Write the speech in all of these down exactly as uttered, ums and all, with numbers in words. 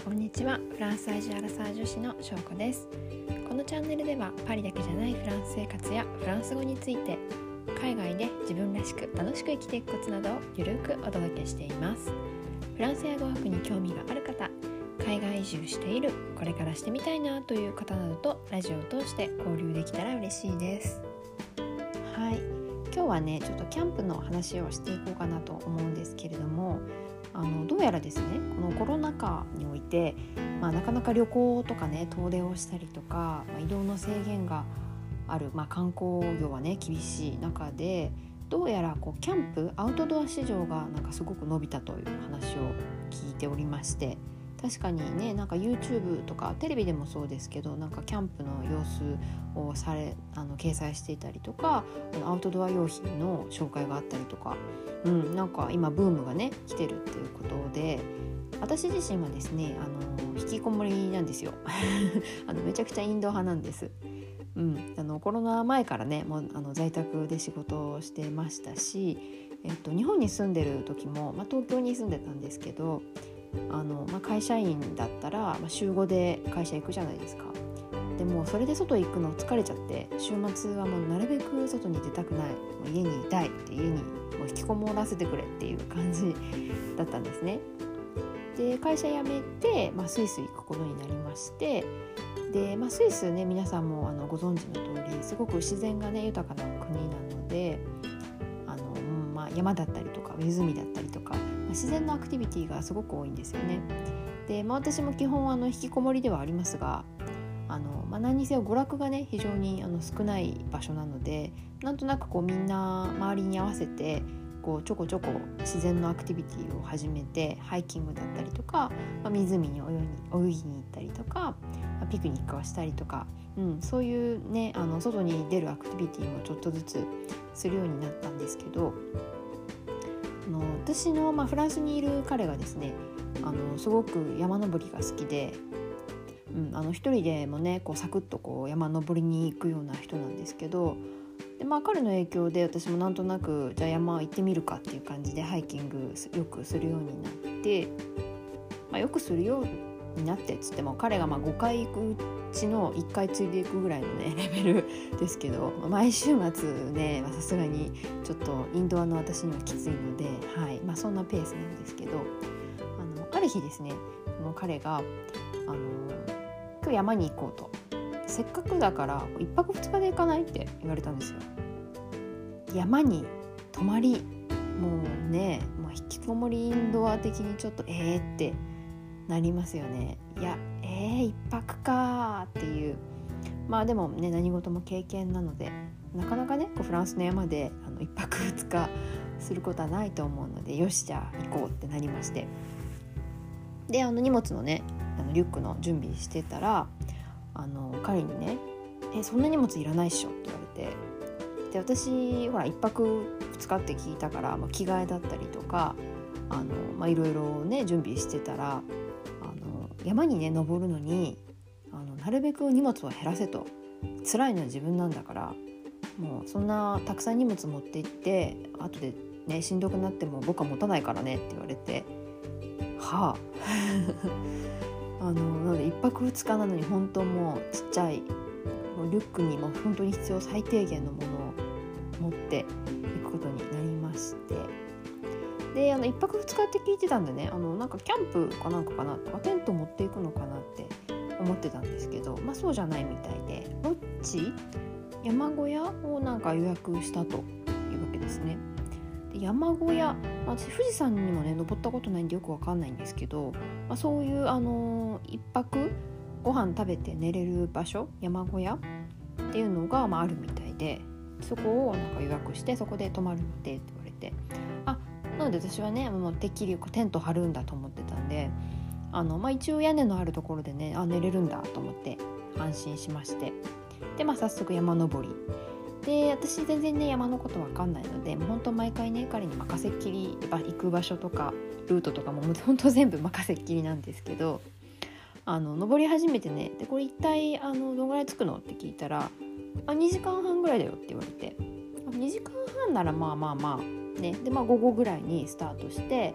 こんにちは。フランス在住アラサー女子のしょうこです。このチャンネルではパリだけじゃないフランス生活やフランス語について、海外で自分らしく楽しく生きていくコツなどをゆるくお届けしています。フランスや語学に興味がある方、海外移住している、これからしてみたいなという方などとラジオを通して交流できたら嬉しいです。はい、今日はねちょっとキャンプの話をしていこうかなと思うんですけれども、あのどうやらですね、このコロナ禍において、まあ、なかなか旅行とかね遠出をしたりとか、まあ、移動の制限がある、まあ、観光業はね厳しい中で、どうやらこうキャンプアウトドア市場がなんかすごく伸びたという話を聞いておりまして、確かにね、なんか YouTube とかテレビでもそうですけど、なんかキャンプの様子をされあの掲載していたりとか、アウトドア用品の紹介があったりとか、うん、なんか今ブームがね来てるっていうことで、私自身はですね、あの引きこもりなんですよあのめちゃくちゃインド派なんです。うん、あのコロナ前からねもうあの在宅で仕事をしてましたし、えっと、日本に住んでる時も、まあ、東京に住んでたんですけど、あの、まあ、会社員だったら、まあ、週ごで会社行くじゃないですか。でもそれで外行くの疲れちゃって、週末はもうなるべく外に出たくない、もう家にいたいって、家にもう引きこもらせてくれっていう感じだったんですね。で会社辞めて、まあ、スイス行くことになりまして、で、まあ、スイスね、皆さんもあのご存知の通りすごく自然がね豊かな国なので、あの、まあ、山だったりとか湖だったりとか、まあ、自然のアクティビティがすごく多いんですよね。で、まあ、私も基本あの引きこもりではありますが、あの、まあ、何にせよ娯楽がね非常にあの少ない場所なので、なんとなくこうみんな周りに合わせてこうちょこちょこ自然のアクティビティを始めて、ハイキングだったりとか、まあ、湖に泳ぎ、泳ぎに行ったりとか、まあ、ピクニックをしたりとか、うん、そういうねあの外に出るアクティビティもちょっとずつするようになったんですけど、あの私の、まあ、フランスにいる彼がですね、あのすごく山登りが好きで、うん、あの一人でもねこうサクッとこう山登りに行くような人なんですけど、で、まあ、彼の影響で私もなんとなくじゃあ山行ってみるかっていう感じでハイキングよくするようになって、まあ、よくするようになってっつっても彼がまあごかい行くうちのいっかいついでいくぐらいのねレベルですけど、まあ、毎週末ねさすがにちょっとインドアの私にはきついので、はいまあ、そんなペースなんですけど、あのある日ですね、この彼があの今日山に行こうと、せっかくだからいっぱくふつかで行かないって言われたんですよ。山に泊まり、もうねもう引きこもりインドア的にちょっとえーってなりますよね。いやえーいっぱくかっていう、まあでもね何事も経験なので、なかなかねこうフランスの山であのいっぱくふつかすることはないと思うので、よしじゃあ行こうってなりまして、であの荷物のねあのリュックの準備してたら、あの彼にねえそんな荷物いらないっしょって言われて、で私ほらいっぱくふつかって聞いたから、まあ、着替えだったりとかあの、まあ、いろいろね準備してたら、あの山にね登るのにあのなるべく荷物を減らせと、辛いのは自分なんだから、もうそんなたくさん荷物持って行って後でねしんどくなっても僕は持たないからねって言われて、はああのなのでいっぱくふつかなのに本当もうちっちゃいもうリュックにも本当に必要最低限のものを持っていくことになりまして、であのいっぱくふつかって聞いてたんでね、あのなんかキャンプかなんかかなとかテント持っていくのかなって思ってたんですけど、まあそうじゃないみたいで、ロッジ山小屋をなんか予約したというわけですね。で山小屋、私富士山にもね登ったことないんでよくわかんないんですけど、まあ、そういうあの一泊ご飯食べて寝れる場所、山小屋っていうのが、まあ、あるみたいで、そこをなんか予約してそこで泊まるってって言われて、あなので私はねもうてっきりテント張るんだと思ってたんで、あの、まあ、一応屋根のあるところでねあ寝れるんだと思って安心しまして、で、まあ、早速山登りで、私全然ね山のことわかんないので、もう本当毎回ね彼に任せっきり、行く場所とかルートとかも本当全部任せっきりなんですけど、あの登り始めてね、でこれ一体あのどのぐらい着くのって聞いたら、あにじかんはんぐらいだよって言われて、にじかんはんならまあまあまあね、でまあ午後ぐらいにスタートして、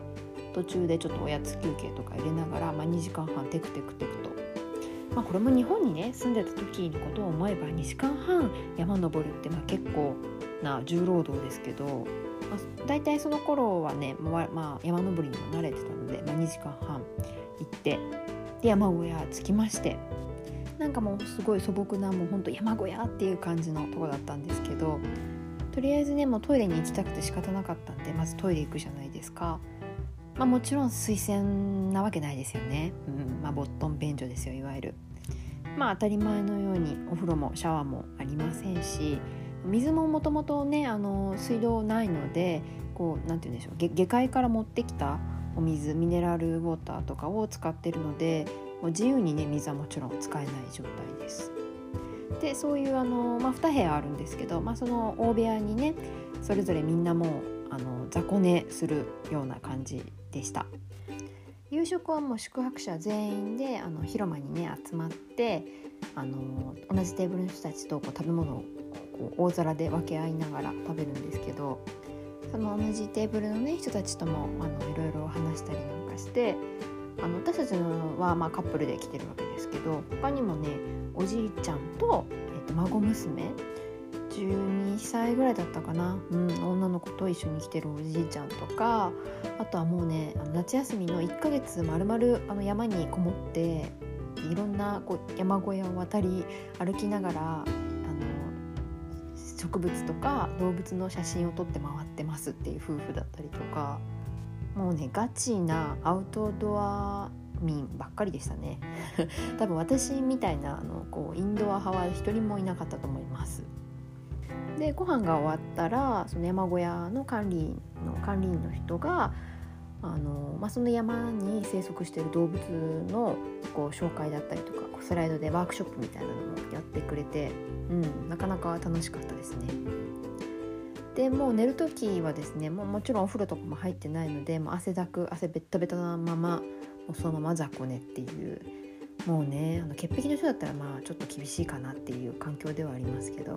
途中でちょっとおやつ休憩とか入れながら、まあ、にじかんはんテクテクテクと、まあ、これも日本にね住んでた時のことを思えばにじかんはん山登るってまあ結構な重労働ですけど、まあ、だいたいその頃はね、まあまあ、山登りにも慣れてたので、まあ、にじかんはん行ってで山小屋着きまして、なんかもうすごい素朴なもうほんと山小屋っていう感じのところだったんですけど、とりあえずねもうトイレに行きたくて仕方なかったんでまずトイレ行くじゃないですか。まあ、もちろん水洗なわけないですよね、うんまあ、ボットン便所ですよいわゆる。まあ当たり前のようにお風呂もシャワーもありませんし、水ももともとねあの水道ないのでこうなんて言うんでしょう、下下界から持ってきたお水ミネラルウォーターとかを使ってるので、もう自由にね水はもちろん使えない状態です。でそういうあの、まあ、に部屋あるんですけど、まあ、その大部屋にねそれぞれみんなもうあの雑魚寝するような感じでした。夕食はもう宿泊者全員であの広間にね集まってあの同じテーブルの人たちとこう食べ物をこう大皿で分け合いながら食べるんですけど、その同じテーブルのね人たちともあのいろいろ話したりなんかして、あの私たちのはまあカップルで来てるわけですけど、他にもねおじいちゃんと、えっと、孫娘じゅうにさいぐらいだったかな、うん、女の子と一緒に来てるおじいちゃんとか、あとはもうねあの夏休みのいっかげつまるまるあの山にこもっていろんなこう山小屋を渡り歩きながらあの植物とか動物の写真を撮って回ってますっていう夫婦だったりとか、もうねガチなアウトドア民ばっかりでしたね多分私みたいなあのこうインドア派は一人もいなかったと思います。でご飯が終わったらその山小屋の管理の管理員の人があの、まあ、その山に生息している動物のこう紹介だったりとかスライドでワークショップみたいなのもやってくれて、うん、なかなか楽しかったですね。でもう寝るときはですね も, うもちろんお風呂とかも入ってないのでもう汗だく汗ベッタベタなままもうそのまま雑魚寝っていう、もうねあの潔癖の人だったらまあちょっと厳しいかなっていう環境ではありますけど、はい。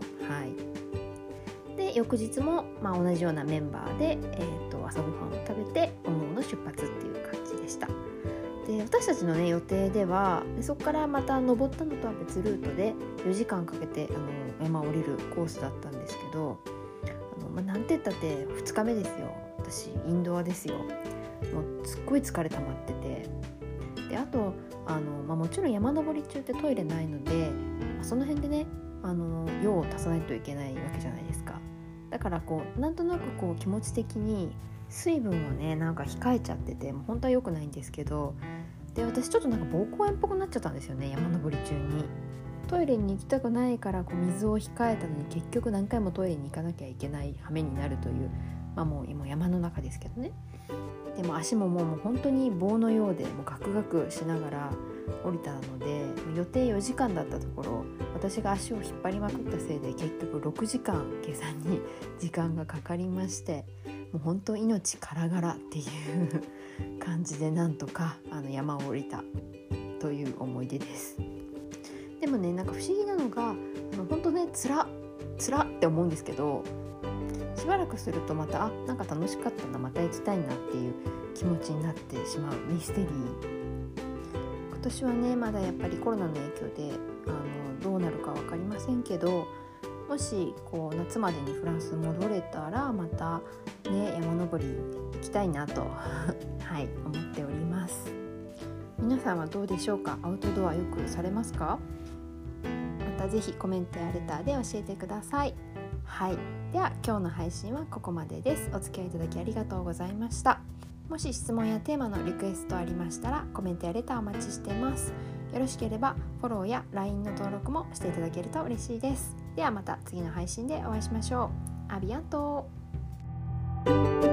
で翌日もまあ同じようなメンバーで、えー、と朝ごはんを食べておのおの出発っていう感じでした。で私たちの、ね、予定ではでそこからまた登ったのとは別ルートでよじかんかけてあの山を降りるコースだったんですけど、あの、まあ、なんて言ったってふつかめですよ。私インドアですよ。もうすっごい疲れ溜まってて、であとあの、まあ、もちろん山登り中ってトイレないので、まあ、その辺でねあの用を足さないといけないわけじゃないですか。だからこうなんとなくこう気持ち的に水分をねなんか控えちゃってて、もう本当は良くないんですけど、で私ちょっとなんか膀胱炎っぽくなっちゃったんですよね。山登り中にトイレに行きたくないからこう水を控えたのに結局何回もトイレに行かなきゃいけない羽目になるという、まあもう今山の中ですけどね。でも足ももう、もう本当に棒のようでもうガクガクしながら降りたので、予定よじかんだったところ私が足を引っ張りまくったせいで結局ろくじかん下山に時間がかかりまして、もう本当命からがらっていう感じでなんとかあの山を降りたという思い出です。でもねなんか不思議なのがあの本当ねつらつらって思うんですけど、しばらくするとまたあなんか楽しかったなまた行きたいなっていう気持ちになってしまうミステリー。今年はねまだやっぱりコロナの影響であのどうなるか分かりませんけど、もしこう夏までにフランス戻れたらまたね山登り行きたいなとはい思っております。皆さんはどうでしょうか。アウトドアよくされますか。またぜひコメントやレターで教えてください。はい、では今日の配信はここまでです。お付き合いいただきありがとうございました。もし質問やテーマのリクエストありましたらコメントやレターお待ちしています。よろしければフォローや ライン の登録もしていただけると嬉しいです。ではまた次の配信でお会いしましょう。アビアント。